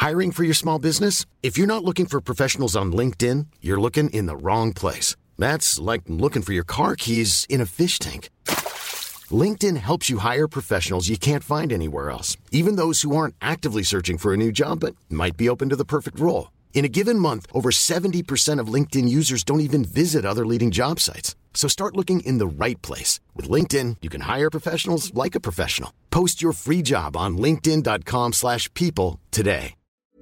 Hiring for your small business? If you're not looking for professionals on LinkedIn, you're looking in the wrong place. That's like looking for your car keys in a fish tank. LinkedIn helps you hire professionals you can't find anywhere else, even those who aren't actively searching for a new job but might be open to the perfect role. In a given month, over 70% of LinkedIn users don't even visit other leading job sites. So start looking in the right place. With LinkedIn, you can hire professionals like a professional. Post your free job on linkedin.com/people today.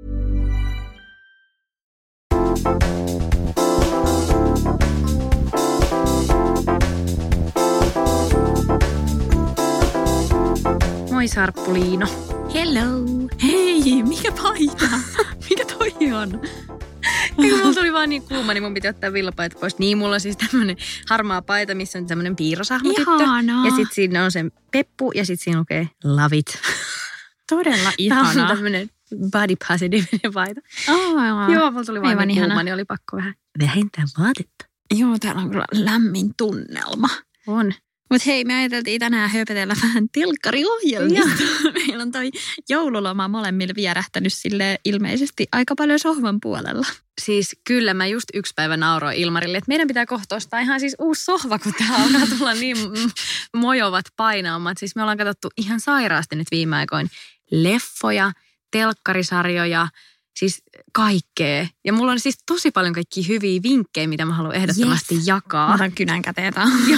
Moi Sarppu-Liino. Hello. Hei, mikä paita? Mikä toi on? Eikö mulla tuli vaan niin kuuma, niin mun piti ottaa villapaita pois. Niin, mulla on siis tämmönen harmaa paita, missä on tämmönen piirrosahmotyttö. Ihanaa. Ja sit siinä on se peppu ja sit siinä lukee love it. Todella ihanaa. Tämä on tämmönen body positive paita. Joo, mulla tuli vaan niin kuuma, niin oli pakko vähän vähentää vaatetta. Joo, täällä on kyllä lämmin tunnelma. On. Mutta hei, me ajateltiin tänään höpötellä vähän telkkariohjelmista. Meillä on toi joululoma molemmille vierähtänyt sille ilmeisesti aika paljon sohvan puolella. Siis kyllä mä just yksi päivä nauroin Ilmarille, että meidän pitää kohta ostaa ihan siis uusi sohva, kun tää alkaa tulla niin mojovat painaumat. Siis me ollaan katsottu ihan sairaasti nyt viime aikoin leffoja, telkkarisarjoja, siis kaikkea. Ja mulla on siis tosi paljon kaikkia hyviä vinkkejä, mitä mä haluan ehdottomasti jakaa. Mä otan kynän käteen.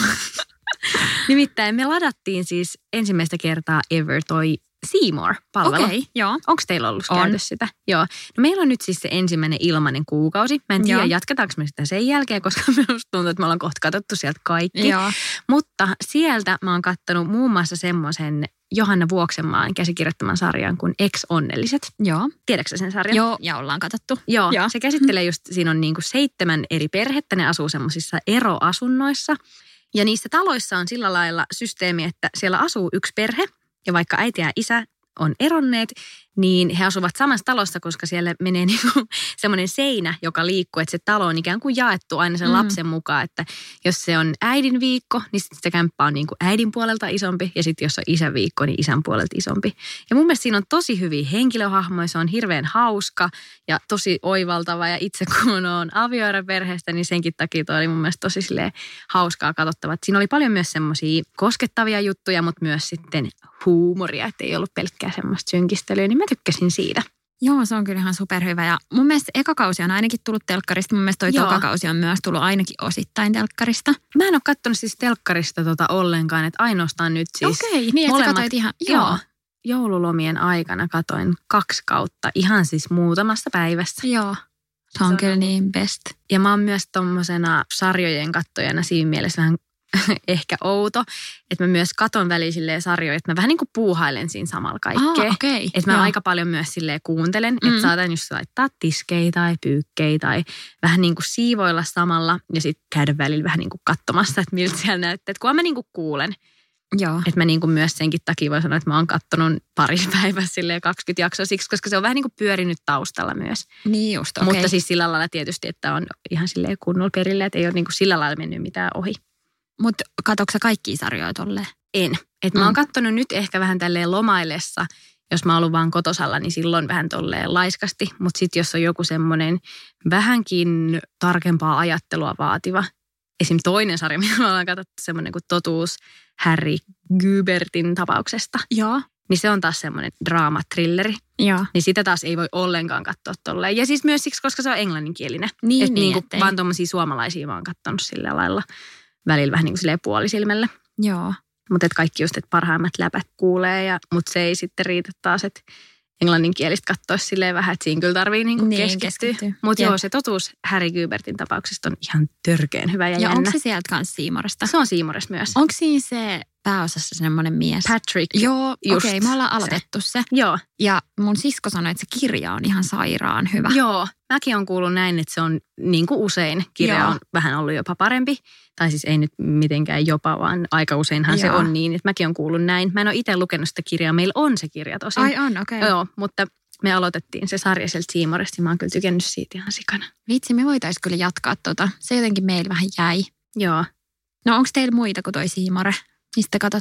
Nimittäin me ladattiin siis ensimmäistä kertaa ever toi C More-palvelu. Okei, joo. Onko teillä ollut käytössä sitä? Joo. No meillä on nyt siis se ensimmäinen ilmainen kuukausi. Mä en tiedä, jatketaanko me sitä sen jälkeen, koska minusta tuntuu, että me ollaan kohta katsottu sieltä kaikki. Joo. Mutta sieltä mä oon kattonut muun muassa semmoisen Johanna Vuoksenmaan käsikirjoittaman sarjan kuin Ex-onnelliset. Joo. Tiedätkö sen sarjan? Joo, ja ollaan katsottu. Joo. Se käsittelee just, siinä on niinku 7 eri perhettä, ne asuu semmoisissa eroasunnoissa. Ja niissä taloissa on sillä lailla systeemi, että siellä asuu yksi perhe ja vaikka äiti ja isä on eronneet, niin he asuvat samassa talossa, koska siellä menee niinku semmoinen seinä, joka liikkuu, että se talo on ikään kuin jaettu aina sen lapsen mukaan, että jos se on äidin viikko, niin sitten se kämppä on niinku äidin puolelta isompi ja sitten jos on isän viikko, niin isän puolelta isompi. Ja mun mielestä siinä on tosi hyviä henkilöhahmoja, se on hirveän hauska ja tosi oivaltava ja itse kun on avioeroperheestä, niin senkin takia toi oli mun mielestä tosi hauskaa katsottavaa. Siinä oli paljon myös semmoisia koskettavia juttuja, mutta myös sitten huumoria, että ei ollut pelkkää semmoista synkistelyä, niin mä tykkäsin siitä. Joo, se on kyllä ihan superhyvä. Ja mun mielestä eka kausi on ainakin tullut telkkarista. Mun mielestä toi toka kausi on myös tullut ainakin osittain telkkarista. Mä en ole katsonut siis telkkarista ollenkaan, että ainoastaan nyt siis okei, niin että sä katsoit ihan, joo. Joululomien aikana katoin 2 kautta ihan siis muutamassa päivässä. Joo, se on kyllä niin best. Ja mä oon myös tommosena sarjojen kattojana siinä mielessä vähän ehkä outo, että mä myös katon väliin silleen sarjoja, että mä vähän niin kuin puuhailen siinä samalla kaikkea. Okay. Että mä aika paljon myös silleen kuuntelen, että saatan just laittaa tiskejä tai pyykkejä tai vähän niin kuin siivoilla samalla ja sitten käydä välillä vähän niin kuin katsomassa, että miltä siellä näyttää. Että kun mä niin kuin kuulen, että mä niin kuin myös senkin takia voi sanoa, että mä oon kattonut pari päivässä silleen 20 jaksoa siksi, koska se on vähän niin kuin pyörinyt taustalla myös. Niin just, okei. Mutta siis sillä lailla tietysti, että on ihan silleen kunnolla perille, että ei ole niin kuin sillä lailla mennyt mitään ohi. Mutta katsotko sä kaikkia sarjoja tolleen? En. Että mä oon kattonut nyt ehkä vähän tälleen lomaillessa, jos mä oon ollut vaan kotosalla, niin silloin vähän tolleen laiskasti. Mutta sitten jos on joku semmoinen vähänkin tarkempaa ajattelua vaativa, esim. Toinen sarja, mitä me ollaan katsottu, semmoinen kuin Totuus Harry Gubertin tapauksesta. Joo. Niin se on taas semmoinen draama-trilleri. Joo. Niin sitä taas ei voi ollenkaan katsoa tolleen. Ja siis myös siksi, koska se on englanninkielinen. Niin, että vaan tommosia suomalaisia mä oon katsonut sillä lailla. Välillä vähän niin kuin silleen puolisilmällä. Joo. Mutta kaikki just, että parhaimmat läpät kuulee, mutta se ei sitten riitä taas, että englanninkielistä katsoisi silleen vähän, että siinä kyllä tarvii niin keskittyä. Mutta joo, se Totuus Harry Gubertin tapauksesta on ihan törkeän hyvä ja jännä. Ja onko se sieltä kanssa C Moresta? Se on C Moresta myös. Onko siinä se pääosassa semmoinen mies? Patrick. Joo, okei, me ollaan aloitettu se. Joo. Ja mun sisko sanoi, että se kirja on ihan sairaan hyvä. Joo, mäkin on kuullut näin, että se on niin kuin usein. Kirja on vähän ollut jopa parempi. Tai siis ei nyt mitenkään jopa, vaan aika useinhan se on niin. Että mäkin on kuullut näin. Mä en ole itse lukenut sitä kirjaa. Meillä on se kirja tosin. Ai on, okei. Joo, mutta me aloitettiin se sarja sieltä C Moresta. Mä oon kyllä tykännyt siitä ihan sikana. Vitsi, me voitaisiin kyllä jatkaa Se jotenkin meillä vähän jäi. Joo. No onko teillä muita kuin toi C More? Mistä katsotte?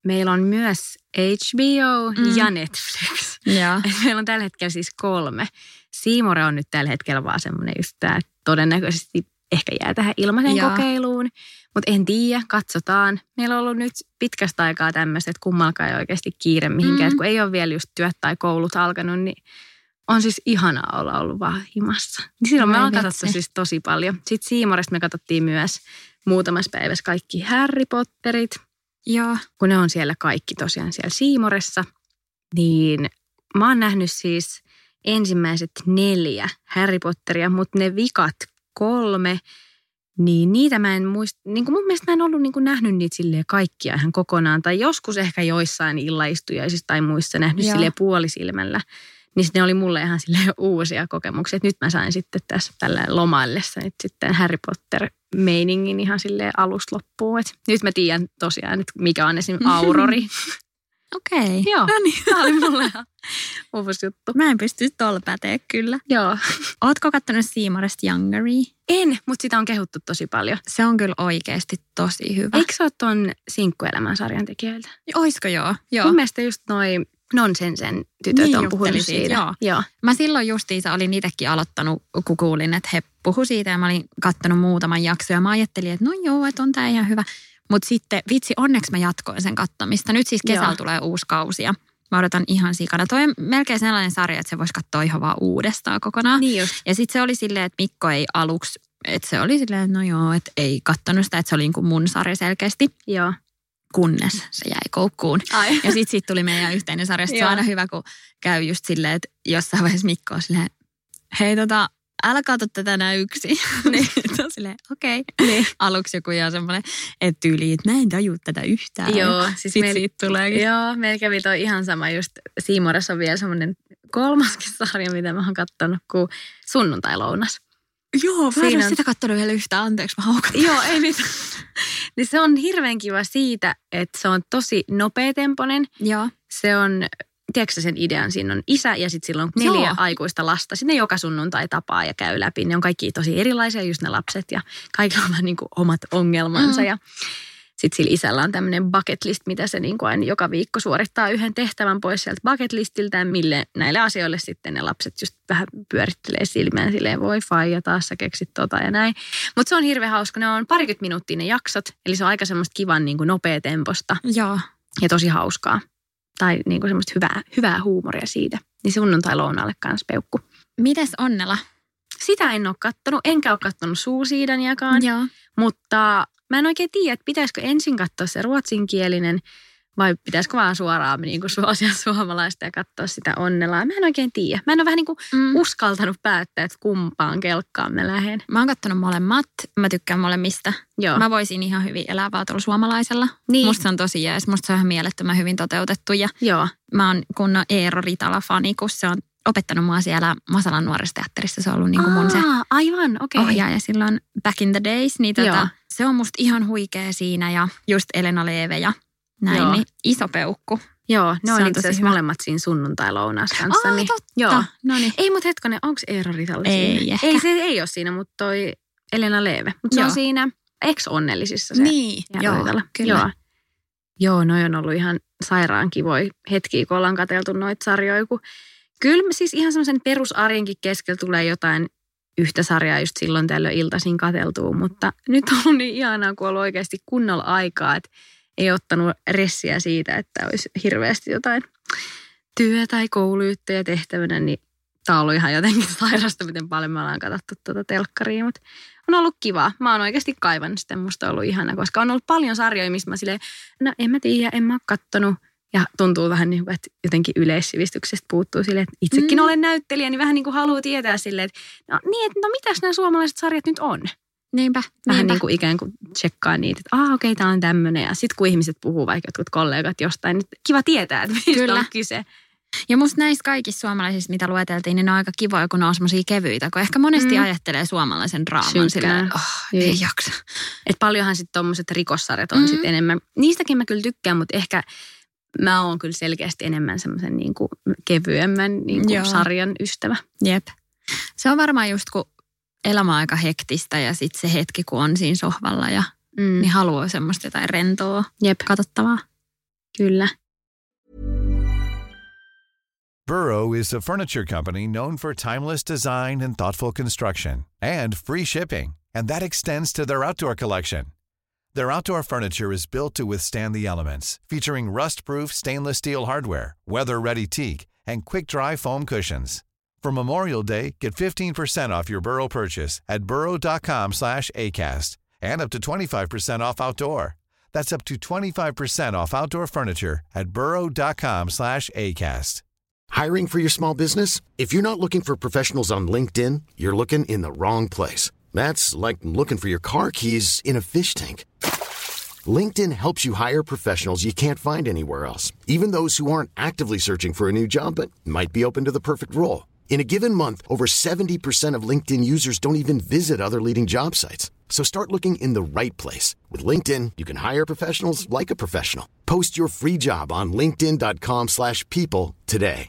meillä on myös HBO ja Netflix. Joo. Meillä on tällä hetkellä siis 3. C More on nyt tällä hetkellä vaan semmoinen just tämä, että todennäköisesti ehkä jää tähän ilmaisen kokeiluun. Mutta en tiedä, katsotaan. Meillä on ollut nyt pitkästä aikaa tämmöistä, että kummallakaan ei oikeasti kiire mihinkään. Että kun ei ole vielä just työt tai koulut alkanut, niin on siis ihanaa olla ollut vaan himassa. Niin silloin me ollaan katsottu siis tosi paljon. Sitten C Moresta me katsottiin myös muutamassa päivässä kaikki Harry Potterit. Joo. Kun ne on siellä kaikki tosiaan siellä C Moressa, niin mä oon nähnyt siis ensimmäiset 4 Harry Potteria, mutta ne vikat 3, niin niitä mä en muista, niin kuin mun mielestä mä en ollut niin kuin nähnyt niitä silleen kaikkia ihan kokonaan, tai joskus ehkä joissain illaistujaisissa tai muissa nähnyt silleen puolisilmällä, niin ne oli mulle ihan silleen uusia kokemuksia, että nyt mä sain sitten tässä tällä lomaillessa nyt sitten Harry Potter-meiningin ihan silleen alusta loppuun, että nyt mä tiedän tosiaan, että mikä on esimerkiksi Aurori. Okei. Joo, No niin. tämä oli mulle ihan uusi juttu. Mä en pysty tuolla päteä kyllä. Joo. Ootko kattonut C Moresta Youngeria? En, mutta sitä on kehuttu tosi paljon. Se on kyllä oikeasti tosi hyvä. Eikö se ole ton Sinkkuelämän sarjan tekijöiltä? Oisko joo? Joo. Mun mielestä just noi Nonsensen tytöt Niin on puhunut siitä. Joo. Mä silloin justiinsa olin itsekin aloittanut, kun kuulin, että he puhu siitä ja mä olin kattonut muutaman jakson ja mä ajattelin, että no joo, että on tää ihan hyvä. Mutta sitten vitsi, onneksi mä jatkoin sen kattomista. Nyt siis kesällä tulee uusi kausi ja mä odotan ihan sikana. Toi on melkein sellainen sarja, että se voisi katsoa ihan vaan uudestaan kokonaan. Niin just. Ja sitten se oli silleen, että Mikko ei aluksi, että se oli silleen, että no joo, että ei kattonut sitä, että se oli niin kuin mun sarja selkeästi. Joo. Kunnes se jäi koukkuun. Ai. Ja sitten siitä tuli meidän yhteinen sarja. Se on aina hyvä, kun käy just silleen, että jossain vaiheessa Mikko on silleen, hei älä katso tätä nää yksin. Niin, on silleen, okei. Niin. Aluksi joku ihan semmoinen, että tyyliin, että mä en taju tätä yhtään. Joo. Siis sitten siitä tuleekin. Joo, meillä kävi toi ihan sama just. C Moressa on vielä semmoinen 3. sarja, mitä mä oon kattonut, kuin Sunnuntai-lounas. Joo, mä en ole sitä kattonut vielä yhtään. Anteeksi, mä haukan. Joo, ei mitään. Niin se on hirveän kiva siitä, että se on tosi nopeatempoinen. Joo. Se on, tiedätkö sen idean, siinä on isä ja sitten sillä on 4 aikuista lasta. Sitten ne joka sunnuntai tapaa ja käy läpi. Ne on kaikki tosi erilaisia, just ne lapset ja kaikilla on vähän niin kuin omat ongelmansa. Ja sitten sillä isällä on tämmöinen bucket list, mitä se niin kuin aina joka viikko suorittaa yhden tehtävän pois sieltä bucket listiltä. Ja mille näille asioille sitten ne lapset just vähän pyörittelee silmään silleen, voi faija, taas sä keksit tota ja näin. Mutta se on hirveän hauska. Ne on 20 minuuttia ne jaksot. Eli se on aika semmoista kivan niin kuin nopeatemposta. Joo. Ja tosi hauskaa. Tai niin kuin semmoista hyvää huumoria siitä. Niin Sunnuntai-lounaalle kanssa peukku. Mites Onnela? Sitä en ole kattonut. Enkä ole kattonut Suusiidaniakaan. Joo. Mutta mä en oikein tiedä, että pitäisikö ensin katsoa se ruotsinkielinen vai pitäisikö vaan suoraan niin kuin suosia suomalaista ja katsoa sitä Onnelaa. Mä en oikein tiedä. Mä en ole vähän niin kuin uskaltanut päättää, että kumpaan kelkkaan mä lähden. Mä oon kattonut molemmat. Mä tykkään molemmista. Joo. Mä voisin ihan hyvin elää vaan tuolla suomalaisella. Niin. Musta se on tosi jees. Musta se on ihan mielettömän hyvin toteutettu. Ja Joo. mä oon kunnon Eero Ritala-fani, kun se on opettanut mua siellä Masalan nuorisoteatterissa. Se on ollut niin kuin mun se aivan, okei. ohjaaja silloin back in the days. Niin se on musta ihan huikea siinä ja just Elena Leeve ja näin, niin iso peukku. Joo, ne Se on on itse asiassa tosi molemmat siinä Sunnuntai-lounaas kanssa. Niin, totta. Joo. Noniin. Ei, mutta hetkonen, onko Eero Ritalla Ei siinä? ehkä. Ei, se ei ole siinä, mutta toi Elena Leeve. Mutta se on siinä ex-onnellisissa se Niin, Eero Ritala. kyllä. Joo, noi on ollut ihan sairaan kivoja hetkiä, kun ollaan katseltu noita sarjoja. Kyllä siis ihan semmoisen perusarjenkin keskellä tulee jotain yhtä sarjaa just silloin tällöin iltaisin katseltuu, mutta nyt on ollut niin ihanaa, kun on ollut oikeasti kunnolla aikaa, että ei ottanut ressiä siitä, että olisi hirveästi jotain työ- tai koulujuttuja tehtävänä, niin tämä on ollut ihan jotenkin sairasta, miten paljon me ollaan katsottu tuota telkkaria, mutta on ollut kivaa. Mä oon oikeasti kaivannut sitä, musta on ollut ihana, koska on ollut paljon sarjoja, missä mä silleen, no en mä tiedä, en mä ole kattonut. Ja tuntuu vähän niin kuin, että jotenkin yleissivistyksestä puuttuu silleen, että itsekin olen näyttelijä, niin vähän niin kuin haluaa tietää silleen, että no mitäs nämä suomalaiset sarjat nyt on? Niinpä. Vähän niin kuin ikään kuin tsekkaa niitä, että okei, tämä on tämmöinen. Ja sitten kun ihmiset puhuu vaikka jotkut kollegat jostain, niin kiva tietää, että mistä on kyse. Ja musta näistä kaikissa suomalaisista, mitä lueteltiin, niin ne on aika kivoja, kun ne on semmosia kevyitä, kun ehkä monesti ajattelee suomalaisen draaman silleen, ei jaksa. Että paljonhan sitten tommoset rikossarjat on sitten enemmän. Niistäkin mä kyllä tykkään, mutta ehkä mä oon kyllä selkeästi enemmän semmoisen niinku kevyemmän niinku sarjan ystävä. Jep. Se on varmaan just, kun elämä on aika hektistä ja sitten se hetki, kun on siinä sohvalla ja niin haluaa semmoista jotain rentoa katsottavaa. Kyllä. Burrow is a furniture company known for timeless design and thoughtful construction and free shipping, and that extends to their outdoor collection. Their outdoor furniture is built to withstand the elements, featuring rust-proof stainless steel hardware, weather-ready teak, and quick-dry foam cushions. For Memorial Day, get 15% off your Burrow purchase at burrow.com/ACAST and up to 25% off outdoor. That's up to 25% off outdoor furniture at burrow.com/ACAST. Hiring for your small business? If you're not looking for professionals on LinkedIn, you're looking in the wrong place. That's like looking for your car keys in a fish tank. LinkedIn helps you hire professionals you can't find anywhere else, even those who aren't actively searching for a new job but might be open to the perfect role. In a given month, over 70% of LinkedIn users don't even visit other leading job sites. So start looking in the right place. With LinkedIn, you can hire professionals like a professional. Post your free job on linkedin.com/people today.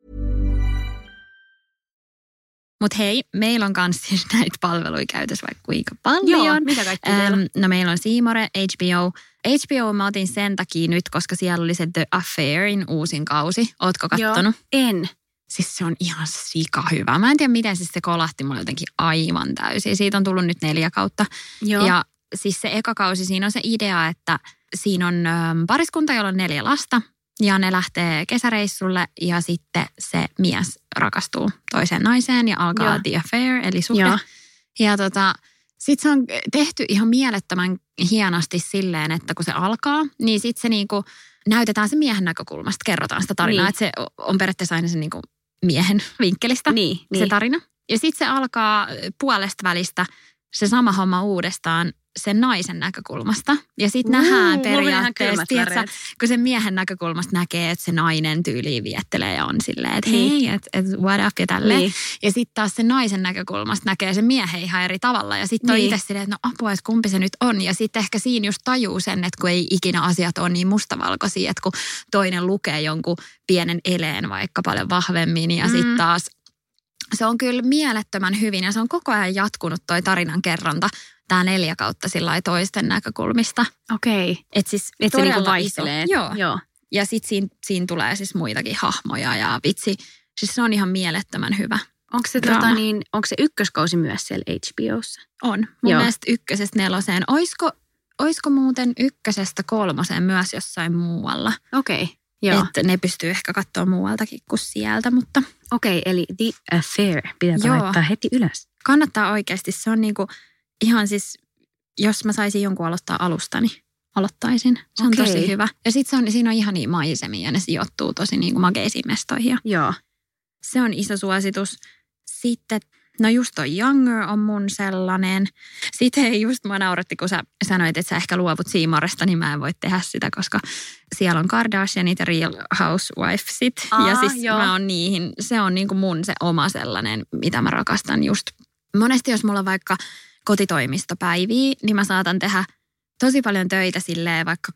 Mutta hei, meillä on myös siis näitä palveluja käytössä vaikka kuinka paljon. Joo, mitä kaikki teillä? No meillä on C More, HBO. HBO mä otin sen takia nyt, koska siellä oli se The Affairin uusin kausi. Ootko kattonut? Joo, en. Siis se on ihan sika hyvä. Mä en tiedä, miten siis se kolahti mulle jotenkin aivan täysin. Siitä on tullut nyt 4 kautta. Joo. Ja siis se eka kausi, siinä on se idea, että siinä on pariskunta, jolla on 4 lasta. Ja ne lähtee kesäreissulle ja sitten se mies rakastuu toiseen naiseen ja alkaa The Affair, eli suhde. Joo. Ja sitten se on tehty ihan mielettömän hienosti silleen, että kun se alkaa, niin sitten se niinku näytetään se miehen näkökulmasta, kerrotaan sitä tarinaa. Niin. Että se on periaatteessa aina se niinku miehen vinkkelistä se tarina. Ja sitten se alkaa puolesta välistä se sama homma uudestaan sen naisen näkökulmasta. Ja sitten nähdään periaatteessa, tiedätkö, kun sen miehen näkökulmasta näkee, että se nainen tyyliin viettelee ja on silleen, että hei, että what up ja tälleen. Niin. Ja sitten taas sen naisen näkökulmasta näkee sen miehen ihan eri tavalla. Ja sitten on itse silleen, että no apua, että kumpi se nyt on. Ja sitten ehkä siinä just tajuu sen, että kun ei ikinä asiat ole niin mustavalkoisia, että kun toinen lukee jonkun pienen eleen vaikka paljon vahvemmin ja sitten taas se on kyllä mielettömän hyvin ja se on koko ajan jatkunut toi tarinan kerronta. Tämä 4 kautta sillä toisten näkökulmista. Okei. Että siis et se niinku vaihtelee. Joo. Ja sitten siinä tulee siis muitakin hahmoja ja vitsi. Siis se on ihan mielettömän hyvä. Onko se, onko se ykköskausi myös siellä HBOssa? On. Mun mielestä 1-4. Oisko muuten 1-3 myös jossain muualla? Okei. Joo. Että ne pystyy ehkä katsoa muualtakin kuin sieltä, mutta... Okei, eli The Affair pitää laittaa heti ylös. Kannattaa oikeasti. Se on niinku ihan siis, jos mä saisin jonkun aloittaa alusta, niin aloittaisin. Se on tosi hyvä. Ja sitten siinä on ihania maisemia ja ne sijoittuu tosi niinku makeisiin mestoihin. Joo. Se on iso suositus. Sitten, no just toi Younger on mun sellainen. Sitten just mua nauratti, kun sä sanoit, että sä ehkä luovut C Moresta, niin mä en voi tehdä sitä, koska siellä on Kardashianit ja Real Housewivesit. Ja siis mä oon niihin, se on niinku mun se oma sellainen, mitä mä rakastan just. Monesti jos mulla on vaikka kotitoimistopäiviä, niin mä saatan tehdä tosi paljon töitä silleen vaikka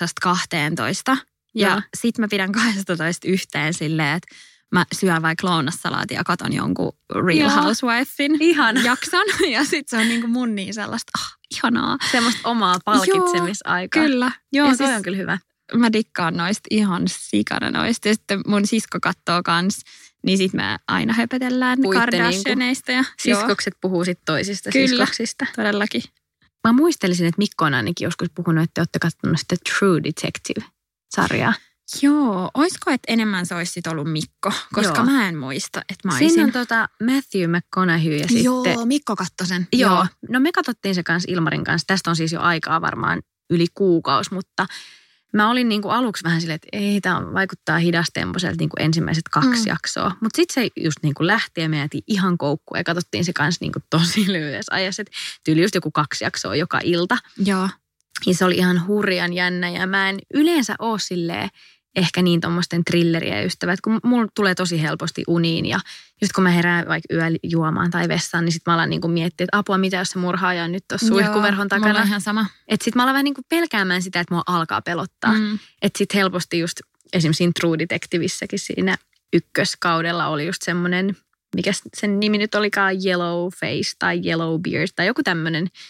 8-12. Ja sit mä pidän 12 yhteen silleen, että mä syön vaikka lounassalaatia ja katon jonkun Real Housewifein jakson. Ja sit se on niinku mun niin sellaista, ihanaa. Semmoista omaa palkitsemisaikaa. Kyllä. Joo, se on kyllä hyvä. Mä dikkaan noista ihan sikana noista. Ja sitten mun sisko kattoo kans, niin sit me aina höpötellään Kardashianeista. Niinku siskokset puhuu sit toisista siskoksista. Todellakin. Mä muistelisin, että Mikko on ainakin joskus puhunut, että olette katsonut sitä True Detective-sarjaa. Joo, oisko, että enemmän se olisi ollut Mikko, koska mä en muista, että mä olisin. Siinä on Matthew McConaughey ja sitten... Joo, Mikko katsoi sen. Joo, no me katsottiin se kanssa Ilmarin kanssa. Tästä on siis jo aikaa varmaan yli kuukausi, mutta mä olin niinku aluksi vähän silleen, että ei, tämä vaikuttaa hidastempoiselta niinku ensimmäiset 2 jaksoa. Mutta sitten se just niinku lähti ja me jäätiin ihan koukkuun ja katsottiin se kanssa niinku tosi lyhyessä ajassa. Tyyli just joku 2 jaksoa joka ilta. Joo. Ja se oli ihan hurjan jännä ja mä en yleensä ole silleen ehkä niin tommoisten thrillerien ystävät, kun mulla tulee tosi helposti uniin ja just kun mä herään vaikka yöllä juomaan tai vessaan, niin sit mä alan niinku miettiä, että apua, mitä jos se murhaaja on nyt tuossa suihkuverhon takana. Mulla on ihan sama. Että sit mä alan vähän niinku pelkäämään sitä, että mua alkaa pelottaa. Että sit helposti just esimerkiksi siinä True Detectivissäkin siinä ykköskaudella oli just semmoinen, mikä sen nimi nyt olikaan Yellow Face tai Yellow Beard tai joku tämmöinen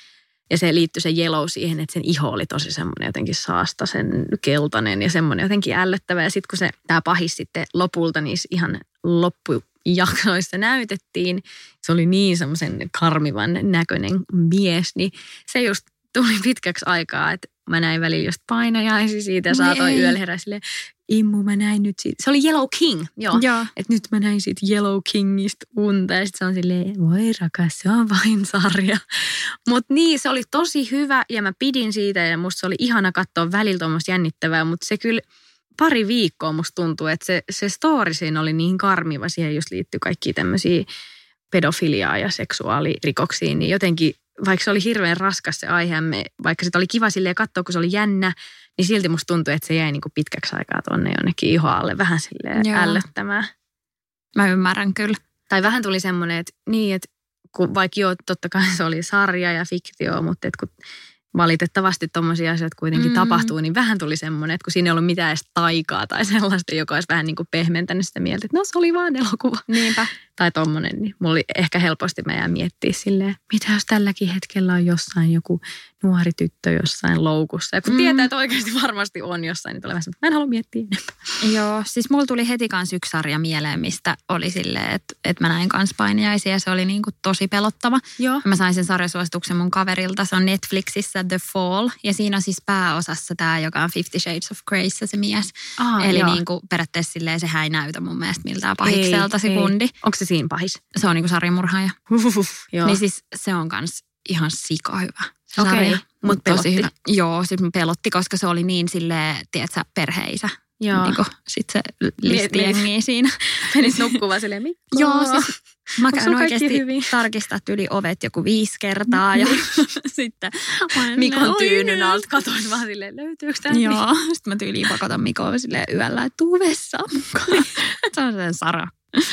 Ja se liittyi se yellow siihen, että sen iho oli tosi semmoinen jotenkin saastaisen keltainen ja semmoinen jotenkin ällöttävä. Ja sitten kun tämä pahis sitten lopulta niissä ihan loppujaksoissa näytettiin, se oli niin semmoisen karmivan näköinen mies, niin se just tuli pitkäksi aikaa, että mä näin välillä just painajaisia siitä ja saatoin yöllä herää silleen, Immu, mä näin nyt siitä. Se oli Yellow King, joo. Että nyt mä näin siitä Yellow Kingistä unta ja sitten se on silleen, voi rakas, se on vain sarja. Mutta niin, se oli tosi hyvä ja mä pidin siitä ja musta se oli ihana katsoa välillä tuommoista jännittävää, mutta se kyllä pari viikkoa musta tuntuu, että se story siinä oli niin karmiva. Siihen just liittyi kaikki tämmöisiä pedofiliaa ja seksuaalirikoksiin, niin jotenkin vaikka se oli hirveän raskas se aihe, vaikka sitä oli kiva silleen katsoa, kun se oli jännä, niin silti musta tuntui, että se jäi niinku pitkäksi aikaa tuonne jonnekin ihoalle vähän silleen ällöttämään. Mä ymmärrän kyllä. Tai vähän tuli semmoinen, että niin, että kun vaikka joo, totta kai se oli sarja ja fiktio, mutta että kun valitettavasti tommosia asioita kuitenkin tapahtuu, niin vähän tuli semmoinen, että kun siinä ei ollut mitään edes taikaa tai sellaista, joka olisi vähän niin kuin pehmentänyt sitä mieltä, että no se oli vaan elokuva. Niinpä. Tai tommonen, niin mulla oli ehkä helposti mä jää miettiä silleen, mitä jos tälläkin hetkellä on jossain joku nuori tyttö jossain loukussa. Ja kun tietää, että oikeasti varmasti on jossain, niin tulee vähän, mä en halua miettiä enempää. Joo, siis mulla tuli heti kans yksi sarja mieleen, mistä oli silleen, että mä näin kans painajaisia ja se oli niinku tosi pelottava. Joo. Mä sain sen sarjasuosituksen mun kaverilta, se on Netflixissä The Fall ja siinä on siis pääosassa tää, joka on 50 Shades of Grey se mies. Eli niinku periaatteessa silleen sehän ei näytä mun mielestä miltään pahikselta se kundi. Onko se siinä pahis? Se on niinku sarjamurhaaja. Joo. Niin siis se on kans ihan sika hyvä. Okei, mutta pelotti. Hyvä. Joo, siis pelotti, koska se oli niin silleen, tiedätkö, perheisä. Joo. Niin sitten se listiengiä siinä. Menis nukkuvaa silleen, Mikko. Joo, siis mä käyn oikeasti tarkistaa yli ovet joku 5 kertaa. Ja sitten Mikon tyynyn alta katoin vaan silleen, löytyykö tämä? Joo, sitten mä tyyliin pakotan Mikoa silleen yöllä, että tuu vessaan mukaan. Se on sellainen Sara.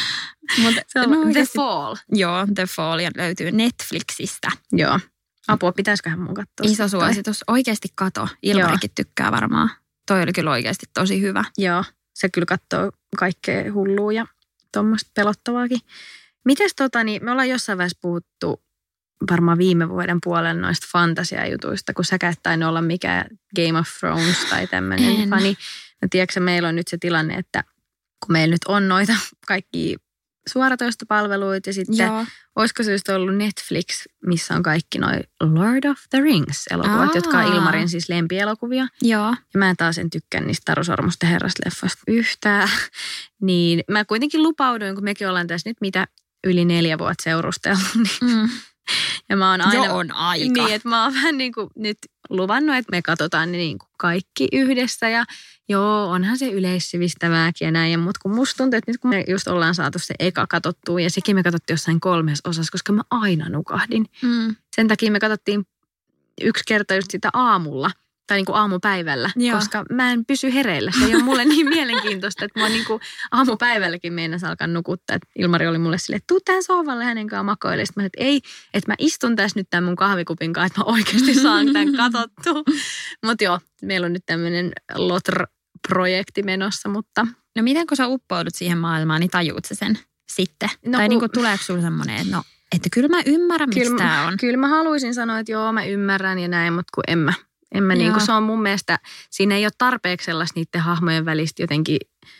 Mutta se on The Fall. Joo, The Fall ja löytyy Netflixistä. Joo. Apua, pitäisiköhän mun katsoa? Iso suositus. Oikeasti kato. Ilmarikin tykkää varmaan. Toi oli kyllä oikeasti tosi hyvä. Joo, se kyllä katsoo kaikkea hullua ja tuommoista pelottavaakin. Mites me ollaan jossain vaiheessa puhuttu varmaan viime vuoden puolella noista fantasiajutuista, kun säkään et tainnut olla mikään Game of Thrones tai tämmöinen fani. No tiedätkö, meillä on nyt se tilanne, että kun meillä nyt on noita kaikki suoratoistopalveluita ja sitten olisiko se just ollut Netflix, missä on kaikki noi Lord of the Rings-elokuvat, jotka on Ilmarin siis lempielokuvia. Joo. Ja mä taas en tykkää niistä Taru Sormusten herrasleffoista yhtään. Niin mä kuitenkin lupauduin, kun mekin ollaan tässä nyt yli 4 vuotta seurustellut. Niin ja mä oon aina... Jo on aika. Niin, että mä oon vähän niin kuin nyt luvannut, että me katsotaan ne niin kuin kaikki yhdessä ja joo, onhan se yleissivistävääkin ja näin. Mutta kun musta tuntuu, että nyt kun me just ollaan saatu se eka katsottua ja sekin me katsottiin jossain 3 osassa, koska mä aina nukahdin. Sen takia me katsottiin 1 kerta just sitä aamulla tai niin kuin aamupäivällä, koska mä en pysy hereillä. Se ei ole mulle niin mielenkiintoista, että mä niin kuin aamupäivälläkin meinas alkaa nukuttaa. Et Ilmari oli mulle silleen, että tuu tähän sohvalle hänen kanssaan makoille. Sitten mä sanoin, että ei, että mä istun tässä nyt tämän mun kahvikupin kanssa, että mä oikeasti saan tämän katsottua. Mutta joo, meillä on nyt tämmöinen LOTR-projekti menossa, mutta... No miten kun sä uppoudut siihen maailmaan, niin tajuut sä sen sitten? No, tai niin kuin tuleeko sulla semmoinen, että no, että kyllä mä ymmärrän, mistä tää on. Kyllä mä haluaisin sanoa, että joo, mä ymmärrän ja näin, mutta kun en mä niin kuin se on mun mielestä, siinä ei ole tarpeeksi sellaista niiden hahmojen välistä jotenkin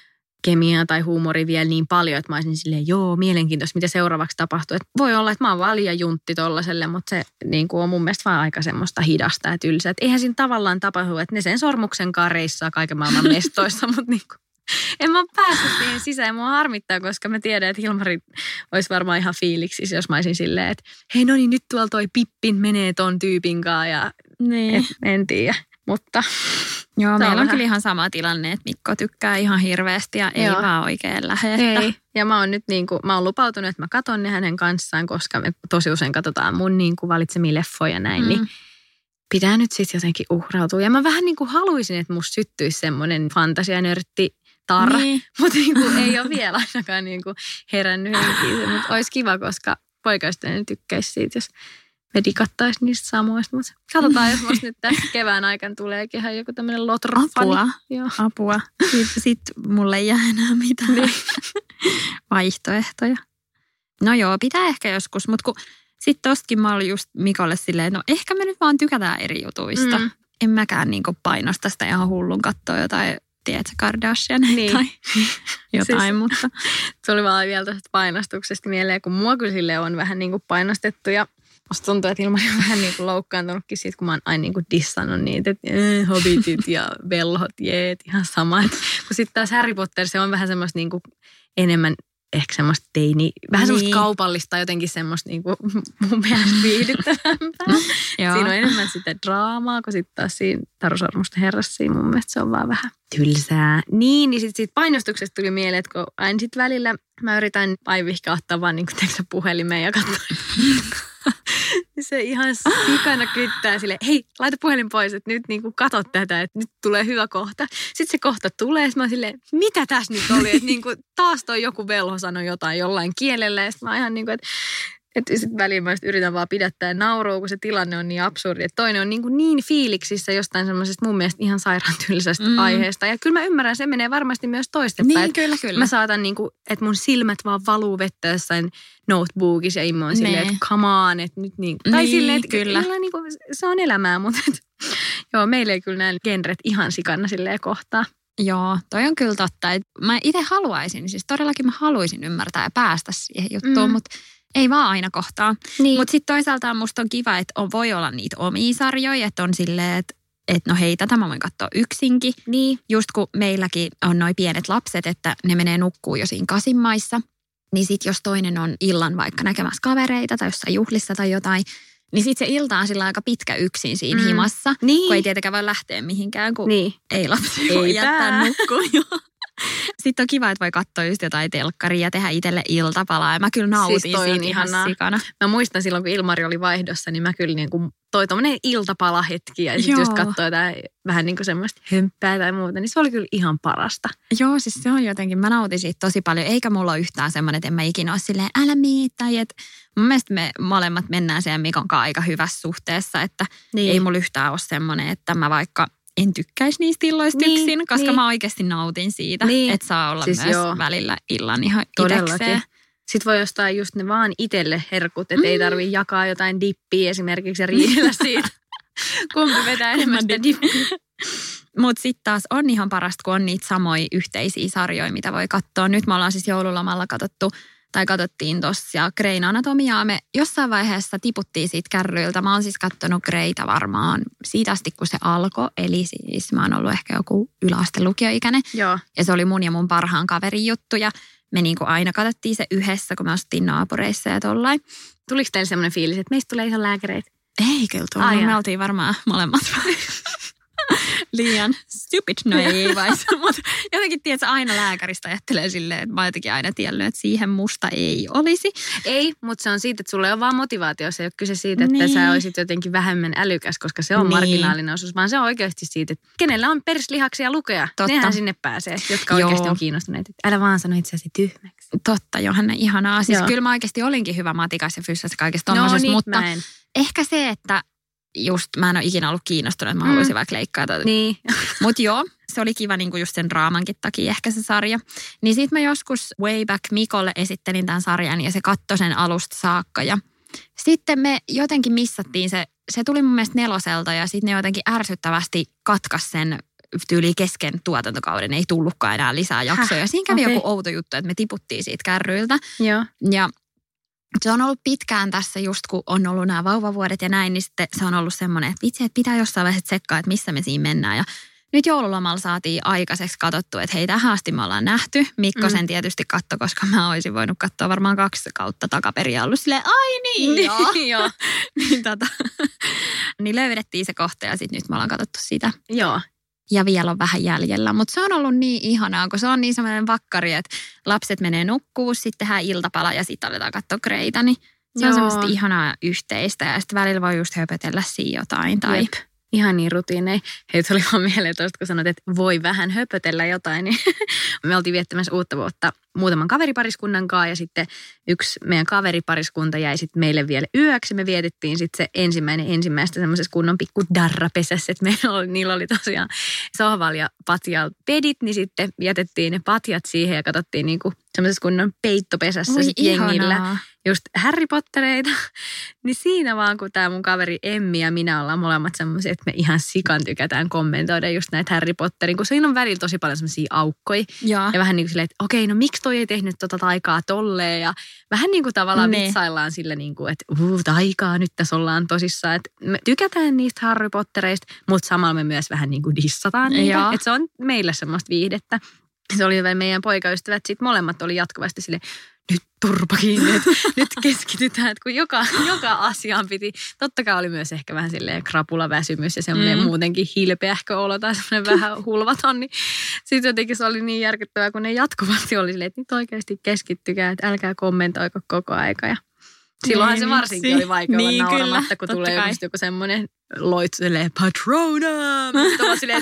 kemiaa tai huumoria vielä niin paljon, että mä olisin silleen, joo, mielenkiintoista, mitä seuraavaksi tapahtuu. Et voi olla, että mä oon vaan liian juntti tollaselle, mutta se niin kuin on mun mielestä vaan aika semmoista hidasta ja tylsää. Että eihän siinä tavallaan tapahdu, että ne sen sormuksen reissaa kaiken maailman mestoissa, mutta niin kuin, en mä päässyt siihen sisään. Mua harmittaa, koska mä tiedän, että Hilmari olisi varmaan ihan fiiliksissä, jos mä olisin silleen, että hei no niin, nyt tuolla toi Pippin menee ton tyypin kanssa ja niin. En tiedä, mutta... Joo, meillä on kyllä ihan sama tilanne, että Mikko tykkää ihan hirveästi ja ei vaan oikein lähde. Ei, ja mä oon nyt niin kuin, mä oon lupautunut, että mä katon ne hänen kanssaan, koska me tosi usein katsotaan mun niin kuin valitsemia leffoja ja näin, niin pitää nyt sitten jotenkin uhrautua. Ja mä vähän niin kuin haluaisin, että musta syttyisi semmoinen fantasianörtti mutta niin kuin ei ole vielä ainakaan niin kuin herännyt henkiin. Mutta olisi kiva, koska poikaystäväni tykkäisi siitä, jos me digattaisi niistä samoista. Mutta katsotaan, jos musta nyt tässä kevään aikana tuleekin ihan joku tämmöinen LOTR-fani. Apua. Sitten mulle ei jää enää mitään vaihtoehtoja. No joo, pitää ehkä joskus, mutta kun Sitten tostakin mä olin just Mikolle silleen, että no ehkä me nyt vaan tykätään eri jutuista. En mäkään niinku painosta sitä ihan hullun katsoa jotain, tiedätkö, Kardashian tai jotain, siis, mutta. Se oli vaan vielä tästä painostuksesta mieleen, kun mua kyllä sille on vähän niin kuin painostettu ja musta tuntuu, että Ilmari on vähän niin kuin loukkaantunutkin siitä, kun mä oon aina niin kuin dissannut niitä, että hobbitit ja velhot, jeet, ihan sama. Kun sitten taas Harry Potter, se on vähän semmoista niin kuin enemmän ehkä semmoista teini, vähän semmoista kaupallista, jotenkin semmoista niin kuin mun mielestä viihdyttävämpää. Siinä on enemmän sitä draamaa, kun sitten taas siinä Taru Sormusten herrassa, siinä mun mielestä se on vaan vähän tylsää. Niin sitten siitä painostuksesta tuli mieleen, että kun aina sitten välillä mä yritän paivihka ottaa vaan niin kuin puhelimeen ja katsoa. Se ihan sikana kyttää silleen, hei, laita puhelin pois, että nyt niin kuin katso tätä, että nyt tulee hyvä kohta. Sitten se kohta tulee, ja mä oon silleen, mitä tässä nyt oli, että niin kuin taas toi joku velho sanoi jotain jollain kielellä, ja sitten mä oon ihan niin kuin, että sitten väliin mä yritän vaan pidättää naurua, kun se tilanne on niin absurdi. Että toinen on niin fiiliksissä jostain semmoisesta mun mielestä ihan sairaan tylsästä aiheesta. Ja kyllä mä ymmärrän, se menee varmasti myös toistepäin. Niin, kyllä. Mä saatan niin kuin, että mun silmät vaan valuu vettä jossain notebookissa ja Immo on silleen, että come on, että nyt niin kuin. Tai silleen, että kyllä. Niin kuin, se on elämää, mutta joo, meillä ei kyllä nämä genret ihan sikana silleen kohtaa. Joo, toi on kyllä totta. Että mä itse haluaisin, siis todellakin mä haluaisin ymmärtää ja päästä siihen juttuun, mutta ei vaan aina kohtaa. Niin. Mutta sitten toisaalta musta on kiva, että voi olla niitä omia sarjoja, että on silleen, että no hei, tätä mä voin katsoa yksinkin. Niin. Just kun meilläkin on noi pienet lapset, että ne menee nukkuun jo siinä 8 maissa, niin sitten jos toinen on illan vaikka näkemässä kavereita tai jossain juhlissa tai jotain, niin sitten se ilta on sillä aika pitkä yksin siinä himassa, kun ei tietenkään voi lähteä mihinkään, kun ei lapsi voi jättää nukkuun. Sitten on kiva, että voi katsoa just jotain telkkaria ja tehdä itselle iltapalaa. Ja mä kyllä nautin siis siitä ihan sikana. Mä muistan silloin, kun Ilmari oli vaihdossa, niin mä kyllä niin kuin toi tommonen iltapalahetki ja sitten just katsoi jotain vähän niin kuin semmoista hömppää tai muuta, niin se oli kyllä ihan parasta. Joo, siis se on jotenkin, mä nautin siitä tosi paljon. Eikä mulla ole yhtään semmoinen, että en mä ikinä ole silleen, älä mii, tai että mun mielestä me molemmat mennään siellä Mikon kanssa aika hyvässä suhteessa, että ei mulla yhtään ole semmoinen, että mä vaikka en tykkäisi niistä illoista yksin, koska mä oikeasti nautin siitä, että saa olla siis myös välillä illan ihan itekseen. Sitten voi ostaa just ne vaan itselle herkut, että ei tarvitse jakaa jotain dippiä esimerkiksi ja riidellä siitä. Kumpi vetää enemmän sitä dippiä. Mutta sitten taas on ihan parasta, kun on niitä samoja yhteisiä sarjoja, mitä voi katsoa. Nyt me ollaan siis joululomalla katsottiin tuossa Greyn Anatomiaa. Me jossain vaiheessa tiputtiin siitä kärryiltä. Mä oon siis katsonut Greytä varmaan siitä asti, kun se alkoi. Eli siis mä oon ollut ehkä joku yläastelukioikäinen. Joo. Ja se oli mun ja mun parhaan kaverin juttu. Ja me niinku aina katsottiin se yhdessä, kun me asuttiin naapureissa ja tollain. Tuliko teille semmoinen fiilis, että meistä tulee ihan lääkäreitä? Ei kyllä tullut. Me oltiin varmaan molemmat liian stupid, no ei vaisa, mutta jotenkin tiedätkö, aina lääkäristä ajattelee silleen, että mä jotenkin aina tiennyt, että siihen musta ei olisi. Ei, mutta se on siitä, että sulla ei ole vaan motivaatio, se ei ole kyse siitä, että sä olisit jotenkin vähemmän älykäs, koska se on marginaalinen osuus, vaan se on oikeasti siitä, että kenellä on perslihaksia lukea, nehän sinne pääsee, jotka oikeasti on kiinnostuneet. Älä vaan sano itseäsi tyhmäksi. Totta, Johanna, ihanaa. Siis kyllä mä oikeasti olinkin hyvä matikas ja fyssassa kaikesta tommosesta, niin, mutta ehkä se, että just mä en ole ikinä ollut kiinnostunut, että mä haluaisin vaikka leikkaata. Niin. Mutta joo, se oli kiva niinku just sen draamankin takia ehkä se sarja. Niin sit mä joskus way back Mikolle esittelin tämän sarjan ja se katsoi sen alusta saakka. Ja sitten me jotenkin missattiin se tuli mun mielestä 4 ja sitten ne jotenkin ärsyttävästi katkas sen tyyli kesken tuotantokauden. Ei tullutkaan enää lisää jaksoja. Siinä kävi joku outo juttu, että me tiputtiin siitä kärryiltä. Joo. Ja se on ollut pitkään tässä just, kun on ollut nämä vauvavuodet ja näin, niin sitten se on ollut semmoinen, että vitsi, että pitää jossain vaiheessa tsekkaa, että missä me siinä mennään. Ja nyt joululomalla saatiin aikaiseksi katsottu, että hei, tähän asti me ollaan nähty. Mikko sen tietysti katsoi, koska mä olisin voinut katsoa varmaan 2 kautta takaperin ja ollut silleen, ai niin, joo. Niin löydettiin se kohta ja sitten nyt me ollaan katsottu sitä. Joo. Ja vielä on vähän jäljellä, mutta se on ollut niin ihanaa, kun se on niin semmoinen vakkari, että lapset menee nukkuun, sitten tehdään iltapala ja sitten aletaan katsoa Greytä, niin se on semmoista ihanaa yhteistä ja sitten välillä voi just höpötellä siinä jotain tai... Jep. Ihan niin rutiineja. Hei, tuli vaan mieleen tuosta, kun sanoit, että voi vähän höpötellä jotain, niin me oltiin viettämässä uutta vuotta muutaman kaveripariskunnan kanssa ja sitten yksi meidän kaveripariskunta jäi sitten meille vielä yöksi. Me vietettiin sitten se ensimmäistä semmoisessa kunnon pikku darrapesässä, että niillä oli tosiaan sohval ja patjalla pedit, niin sitten jätettiin ne patjat siihen ja katsottiin niinku semmoisessa kunnon peittopesässä sit jengillä just Harry Pottereita. Niin siinä vaan, kun tämä mun kaveri Emmi ja minä ollaan molemmat semmoisia, että me ihan sikan tykätään kommentoida just näitä Harry Potterin, kun siinä on välillä tosi paljon semmoisia aukkoja. Ja vähän niin kuin silleen, että okei, no miksi toi ei tehnyt tota taikaa tolleen ja vähän niin kuin tavallaan vitsaillaan sillä niin kuin, että taikaa, nyt tässä ollaan tosissaan. Että me tykätään niistä Harry Pottereista, mutta samalla me myös vähän niin kuin dissataan niitä. Että se on meille semmoista viihdettä. Se oli hyvä, meidän poikaystävät sitten molemmat oli jatkuvasti silleen, nyt turpa kiinni, että nyt keskitytään, että kun joka asiaan piti. Totta kai oli myös ehkä vähän silleen krapulaväsymys ja semmoinen muutenkin hilpeähkö olo tai semmoinen vähän hulvaton. Niin sitten jotenkin se oli niin järkyttävää, kun ne jatkuvasti oli silleen, että nyt oikeasti keskittykää, että älkää kommentoiko koko aika. Ja silloinhan se varsinkin oli vaikea olla nauramatta, kun tulee just joku semmoinen loitsu silleen, Patrona! Sitten on silleen,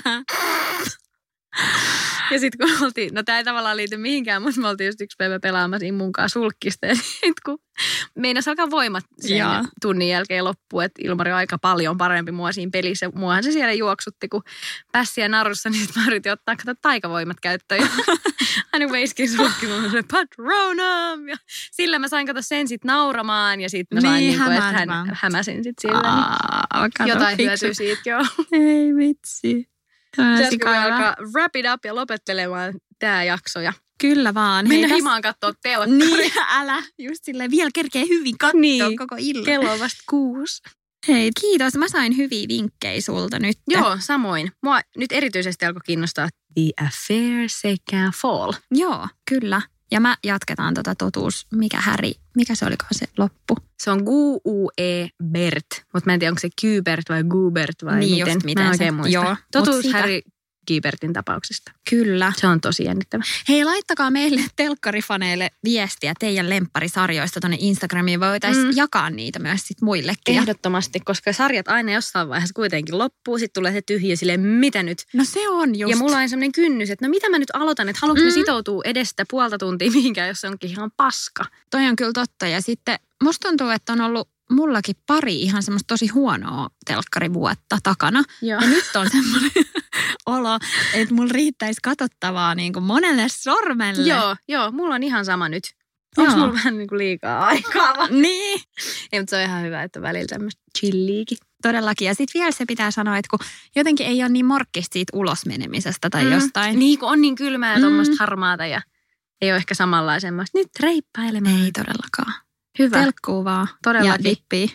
ja sitten kun oltiin, no tämä ei tavallaan liity mihinkään, mutta me oltiin just yksi päivä pelaamassa Immunkaan sulkkista. Ja sitten kun meinas alkaa voimat sen tunnin jälkeen loppuun, että Ilmari on aika paljon parempi mua siinä pelissä. Muahan se siellä juoksutti, kun pässiä narussa, niin sitten mä yritin ottaa taikavoimat käyttöön. Ja aina veiskin sulkki, mä sanoin, Patrona! Ja sillä mä sain sen sitten nauramaan ja sitten mä sain, niin kuin, että hän hämäsin sitten sillä. Niin jotain hyötyä siitäkin on. Ei vitsi. Pitäisikö me alkaa wrap it up ja lopettelemaan tää jakso ja kyllä vaan. Mennä himaan kattoo telkkari. Niin, älä. Just silleen vielä kerkee hyvin katsoa koko illan. Kello on vasta 6. Hei, kiitos. Mä sain hyviä vinkkejä sulta nyt. Joo, samoin. Mua nyt erityisesti alkoi kiinnostaa The Affair sekä Fall. Joo, kyllä. Ja mä jatketaan totuus, mikä se olikaan se loppu? Se on G-U-E Bert, mutta mä en tiedä, onko se Q-Bert vai Gu-Bert vai niin miten. Miten mä oikein muista. Joo, totuus Harry Gibertin tapauksesta. Kyllä. Se on tosi jännittävä. Hei, laittakaa meille telkkarifaneille viestiä teidän lempparisarjoista tuonne Instagramiin. Voitaisiin jakaa niitä myös sit muillekin. Ehdottomasti, koska sarjat aina jossain vaiheessa kuitenkin loppuu. Sitten tulee se tyhjä silleen, mitä nyt? No se on just. Ja mulla on semmoinen kynnys, että no mitä mä nyt aloitan, että haluanko me sitoutua edestä puolta tuntia mihinkään, jos se onkin ihan paska. Toi on kyllä totta. Ja sitten musta tuntuu, että on ollut mullakin pari ihan semmoista tosi huonoa telkkarivuotta takana. Joo. Ja nyt on semmoinen olo, että mulla riittäisi katsottavaa niin kuin monelle sormelle. Joo, mulla on ihan sama nyt. Onko mulla vähän niin kuin liikaa aikaa? Niin. Ei, mutta se on ihan hyvä, että välillä tämmöistä chilliikin. Todellakin. Ja sitten vielä se pitää sanoa, että kun jotenkin ei ole niin morkkista siitä ulosmenemisestä tai jostain. Niin, kun on niin kylmää ja tuommoista harmaata ja ei ole ehkä samanlaista semmoista. Nyt reippailemaan. Ei todellakaan. Hyvä. Telkkuu vaan. Todellakin. Ja dippii.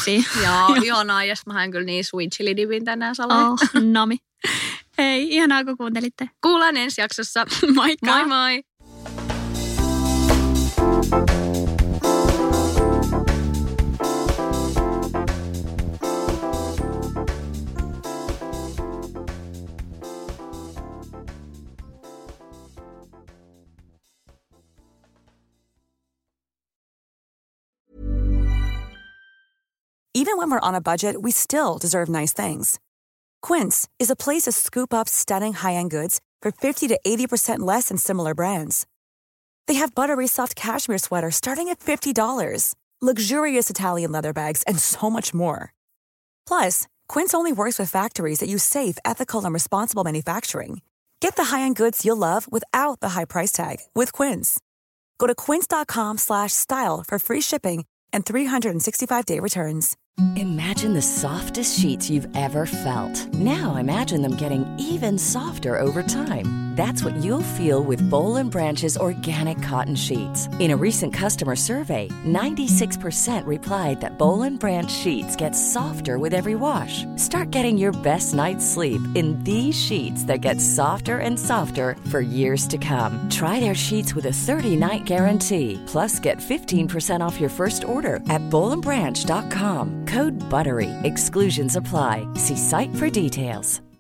Joo, ja mä haen kyllä niin sweet chili dipin tänään saleen. Nami. Hei, ihanaa kun kuuntelitte. Kuullaan ensi jaksossa. Moikka. Moi moi. Even when we're on a budget, we still deserve nice things. Quince is a place to scoop up stunning high-end goods for 50 to 80% less than similar brands. They have buttery soft cashmere sweaters starting at $50, luxurious Italian leather bags, and so much more. Plus, Quince only works with factories that use safe, ethical, and responsible manufacturing. Get the high-end goods you'll love without the high price tag with Quince. Go to quince.com/style for free shipping and 365-day returns. Imagine the softest sheets you've ever felt. Now imagine them getting even softer over time. That's what you'll feel with Boll & Branch's organic cotton sheets. In a recent customer survey, 96% replied that Boll & Branch sheets get softer with every wash. Start getting your best night's sleep in these sheets that get softer and softer for years to come. Try their sheets with a 30-night guarantee. Plus, get 15% off your first order at bollandbranch.com. Code BUTTERY. Exclusions apply. See site for details.